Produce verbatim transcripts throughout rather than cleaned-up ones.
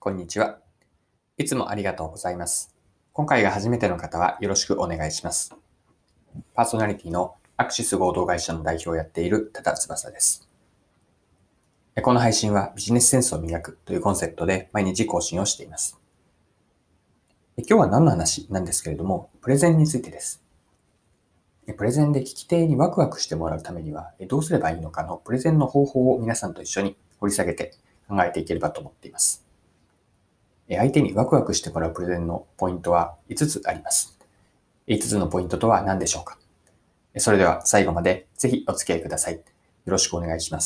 こんにちは。いつもありがとうございます。今回が初めての方はよろしくお願いします。パーソナリティのアクシス合同会社の代表をやっている多田翼です。この配信はビジネスセンスを磨くというコンセプトで毎日更新をしています。今日は何の話なんですけれども、プレゼンについてです。プレゼンで聞き手にワクワクしてもらうためにはどうすればいいのかのプレゼンの方法を皆さんと一緒に掘り下げて考えていければと思っています。相手にワクワクしてもらうプレゼンのポイントはいつつあります。いつつのポイントとは何でしょうか。それでは最後までぜひお付き合いください。よろしくお願いします。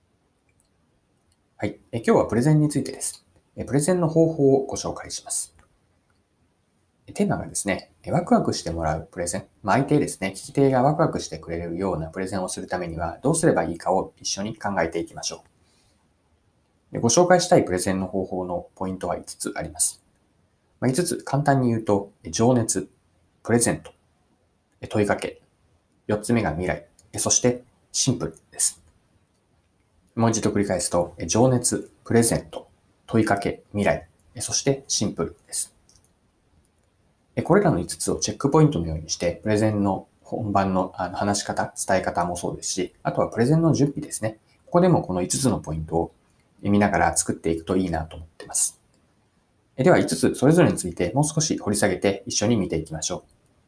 はい。今日はプレゼンについてです。プレゼンの方法をご紹介します。テーマがですね、ワクワクしてもらうプレゼン。まあ、相手ですね、聞き手がワクワクしてくれるようなプレゼンをするためにはどうすればいいかを一緒に考えていきましょう。ご紹介したいプレゼンの方法のポイントはいつつあります。いつつ簡単に言うと、情熱、プレゼント、問いかけ、よっつめが未来、そしてシンプルです。もう一度繰り返すと、情熱、プレゼント、問いかけ、未来、そしてシンプルです。これらのいつつをチェックポイントのようにして、プレゼンの本番の話し方、伝え方もそうですし、あとはプレゼンの準備ですね。ここでもこのいつつのポイントを見ながら作っていくといいなと思っています。ではいつつそれぞれについてもう少し掘り下げて一緒に見ていきましょう。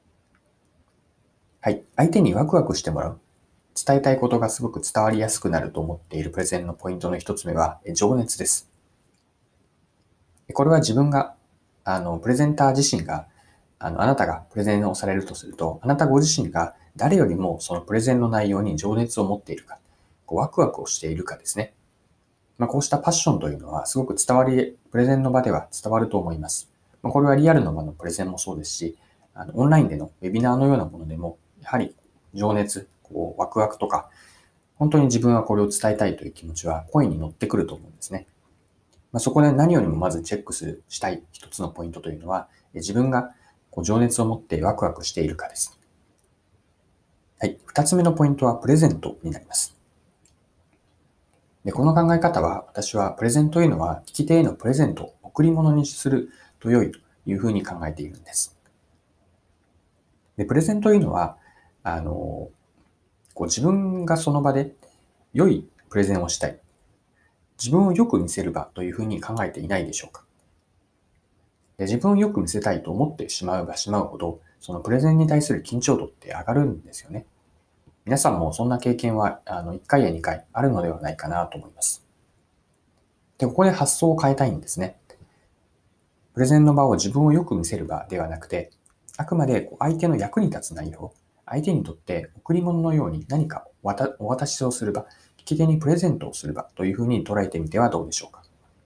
はい。相手にワクワクしてもらう。伝えたいことがすごく伝わりやすくなると思っているプレゼンのポイントの一つ目は、情熱です。これは自分が、あの、プレゼンター自身が、あの、あなたがプレゼンをされるとすると、あなたご自身が誰よりもそのプレゼンの内容に情熱を持っているか、こうワクワクをしているかですね。まあ、こうしたパッションというのはすごく伝わり、プレゼンの場では伝わると思います。まあ、これはリアルの場のプレゼンもそうですし、あのオンラインでのウェビナーのようなものでも、やはり情熱、こうワクワクとか、本当に自分はこれを伝えたいという気持ちは声に乗ってくると思うんですね。まあ、そこで何よりもまずチェックする、したい一つのポイントというのは、自分がこう情熱を持ってワクワクしているかです。はい。二つ目のポイントはプレゼントになります。で、この考え方は、私はプレゼンというのは、聞き手へのプレゼントを贈り物にすると良いというふうに考えているんです。で、プレゼンというのは、あの、こう自分がその場で良いプレゼンをしたい。自分をよく見せる場というふうに考えていないでしょうか。で、自分をよく見せたいと思ってしまえばしまうほど、そのプレゼンに対する緊張度って上がるんですよね。皆さんもそんな経験は、あの、いっかいやにかいあるのではないかなと思います。で、ここで発想を変えたいんですね。プレゼンの場を自分をよく見せる場ではなくて、あくまで相手の役に立つ内容、相手にとって贈り物のように何かお渡しをする場、聞き手にプレゼントをする場というふうに捉えてみてはどうでしょうか。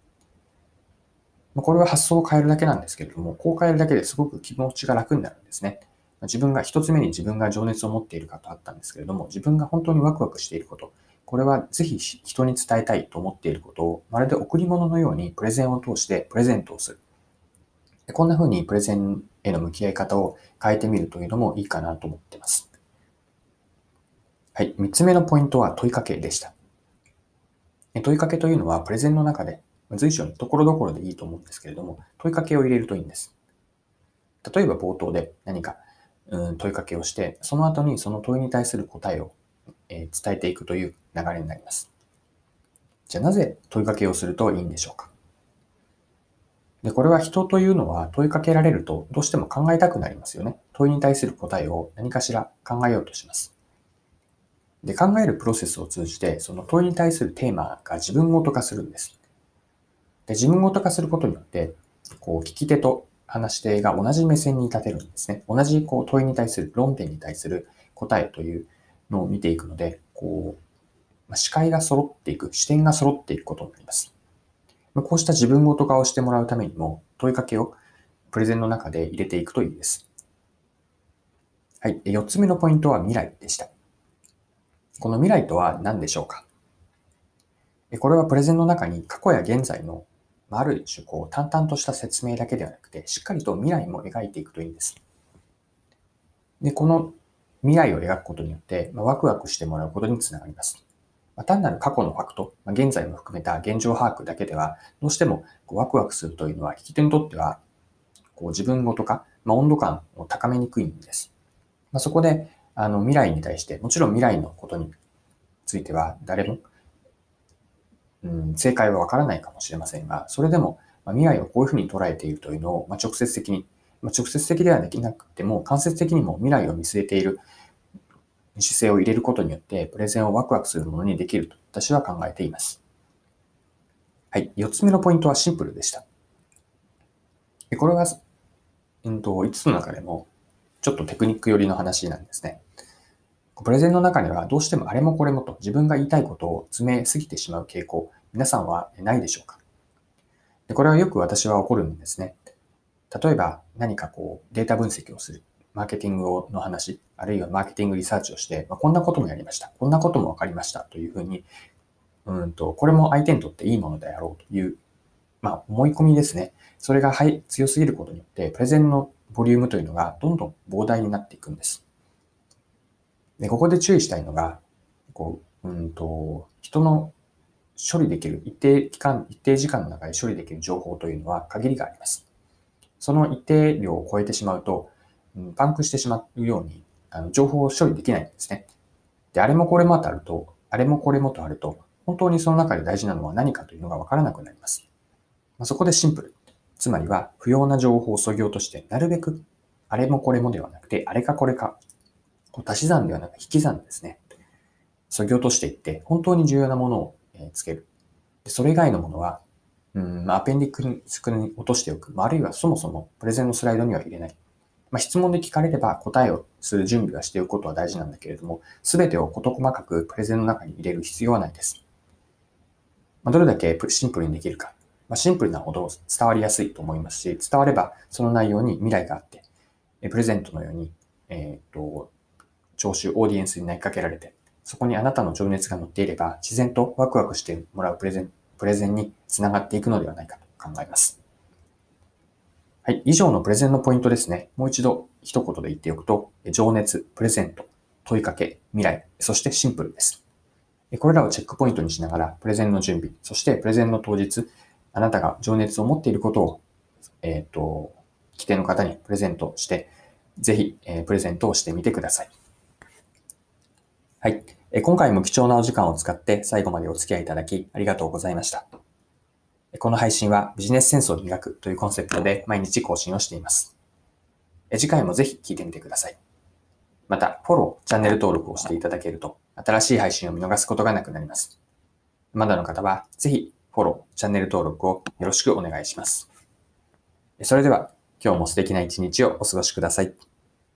これは発想を変えるだけなんですけれども、こう変えるだけですごく気持ちが楽になるんですね。自分が一つ目に自分が情熱を持っているかとあったんですけれども、自分が本当にワクワクしていること、これはぜひ人に伝えたいと思っていることを、まるで贈り物のようにプレゼンを通してプレゼントをする。こんな風にプレゼンへの向き合い方を変えてみるというのもいいかなと思っています。はい。三つ目のポイントは問いかけでした。問いかけというのはプレゼンの中で随所にところどころでいいと思うんですけれども、問いかけを入れるといいんです。例えば冒頭で何かうん問いかけをして、その後にその問いに対する答えを伝えていくという流れになります。じゃあなぜ問いかけをするといいんでしょうか。で、これは人というのは問いかけられるとどうしても考えたくなりますよね。問いに対する答えを何かしら考えようとします。で、考えるプロセスを通じて、その問いに対するテーマが自分ごと化するんです。で、自分ごと化することによって、こう、聞き手と話し手が同じ目線に立てるんですね。同じこう問いに対する、論点に対する答えというのを見ていくので、こう、視界が揃っていく、視点が揃っていくことになります。こうした自分ごと化をしてもらうためにも、問いかけをプレゼンの中で入れていくといいです。はい。よっつめのポイントは未来でした。この未来とは何でしょうか。これはプレゼンの中に過去や現在のある種こう淡々とした説明だけではなくて、しっかりと未来も描いていくといいんです。で、この未来を描くことによって、まあ、ワクワクしてもらうことにつながります。 まあ、単なる過去のファクト、まあ、現在も含めた現状把握だけでは、どうしてもこうワクワクするというのは、聞き手にとってはこう自分ごとか、まあ、温度感を高めにくいんです。まあ、そこであの未来に対して、もちろん未来のことについては誰も、うん、正解はわからないかもしれませんが、それでも、まあ、未来をこういうふうに捉えているというのを、まあ、直接的に、まあ、直接的ではできなくても、間接的にも未来を見据えている姿勢を入れることによって、プレゼンをワクワクするものにできると私は考えています。はい。四つ目のポイントはシンプルでした。でこれは、うんと、五つの中でも、ちょっとテクニック寄りの話なんですね。プレゼンの中にはどうしてもあれもこれもと自分が言いたいことを詰めすぎてしまう傾向、皆さんはないでしょうか？でこれはよく私は起こるんですね。例えば何かこうデータ分析をする、マーケティングの話、あるいはマーケティングリサーチをして、まあ、こんなこともやりました、こんなことも分かりましたというふうに、うんと、これも相手にとっていいものであろうという、まあ、思い込みですね。それが、はい、強すぎることによって、プレゼンのボリュームというのがどんどん膨大になっていくんです。で、ここで注意したいのが、こう、うんと、人の処理できる、一定期間、一定時間の中で処理できる情報というのは限りがあります。その一定量を超えてしまうと、うん、パンクしてしまうように、あの情報を処理できないんですね。で、あれもこれもとあると、あれもこれもとあると、本当にその中で大事なのは何かというのがわからなくなります。まあ、そこでシンプル。つまりは、不要な情報を削ぎ落として、なるべく、あれもこれもではなくて、あれかこれか、足し算ではなく引き算ですね。削ぎ落としていって、本当に重要なものをつける。でそれ以外のものは、うん、アペンディックスに落としておく。あるいはそもそもプレゼンのスライドには入れない。まあ、質問で聞かれれば答えをする準備はしておくことは大事なんだけれども、すべてを事細かくプレゼンの中に入れる必要はないです。まあ、どれだけシンプルにできるか。まあ、シンプルなほど伝わりやすいと思いますし、伝わればその内容に未来があって、プレゼントのように、えっと、聴衆、オーディエンスに投げかけられて、そこにあなたの情熱が乗っていれば、自然とワクワクしてもらうプレゼン、プレゼンにつながっていくのではないかと考えます。はい。以上のプレゼンのポイントですね。もう一度一言で言っておくと、情熱、プレゼント、問いかけ、未来、そしてシンプルです。これらをチェックポイントにしながら、プレゼンの準備、そしてプレゼンの当日、あなたが情熱を持っていることを、えっと、規定の方にプレゼントして、ぜひ、えー、プレゼントをしてみてください。はい。今回も貴重なお時間を使って最後までお付き合いいただきありがとうございました。この配信はビジネスセンスを磨くというコンセプトで毎日更新をしています。次回もぜひ聞いてみてください。また、フォロー、チャンネル登録をしていただけると新しい配信を見逃すことがなくなります。まだの方はぜひフォロー、チャンネル登録をよろしくお願いします。それでは今日も素敵な一日をお過ごしください。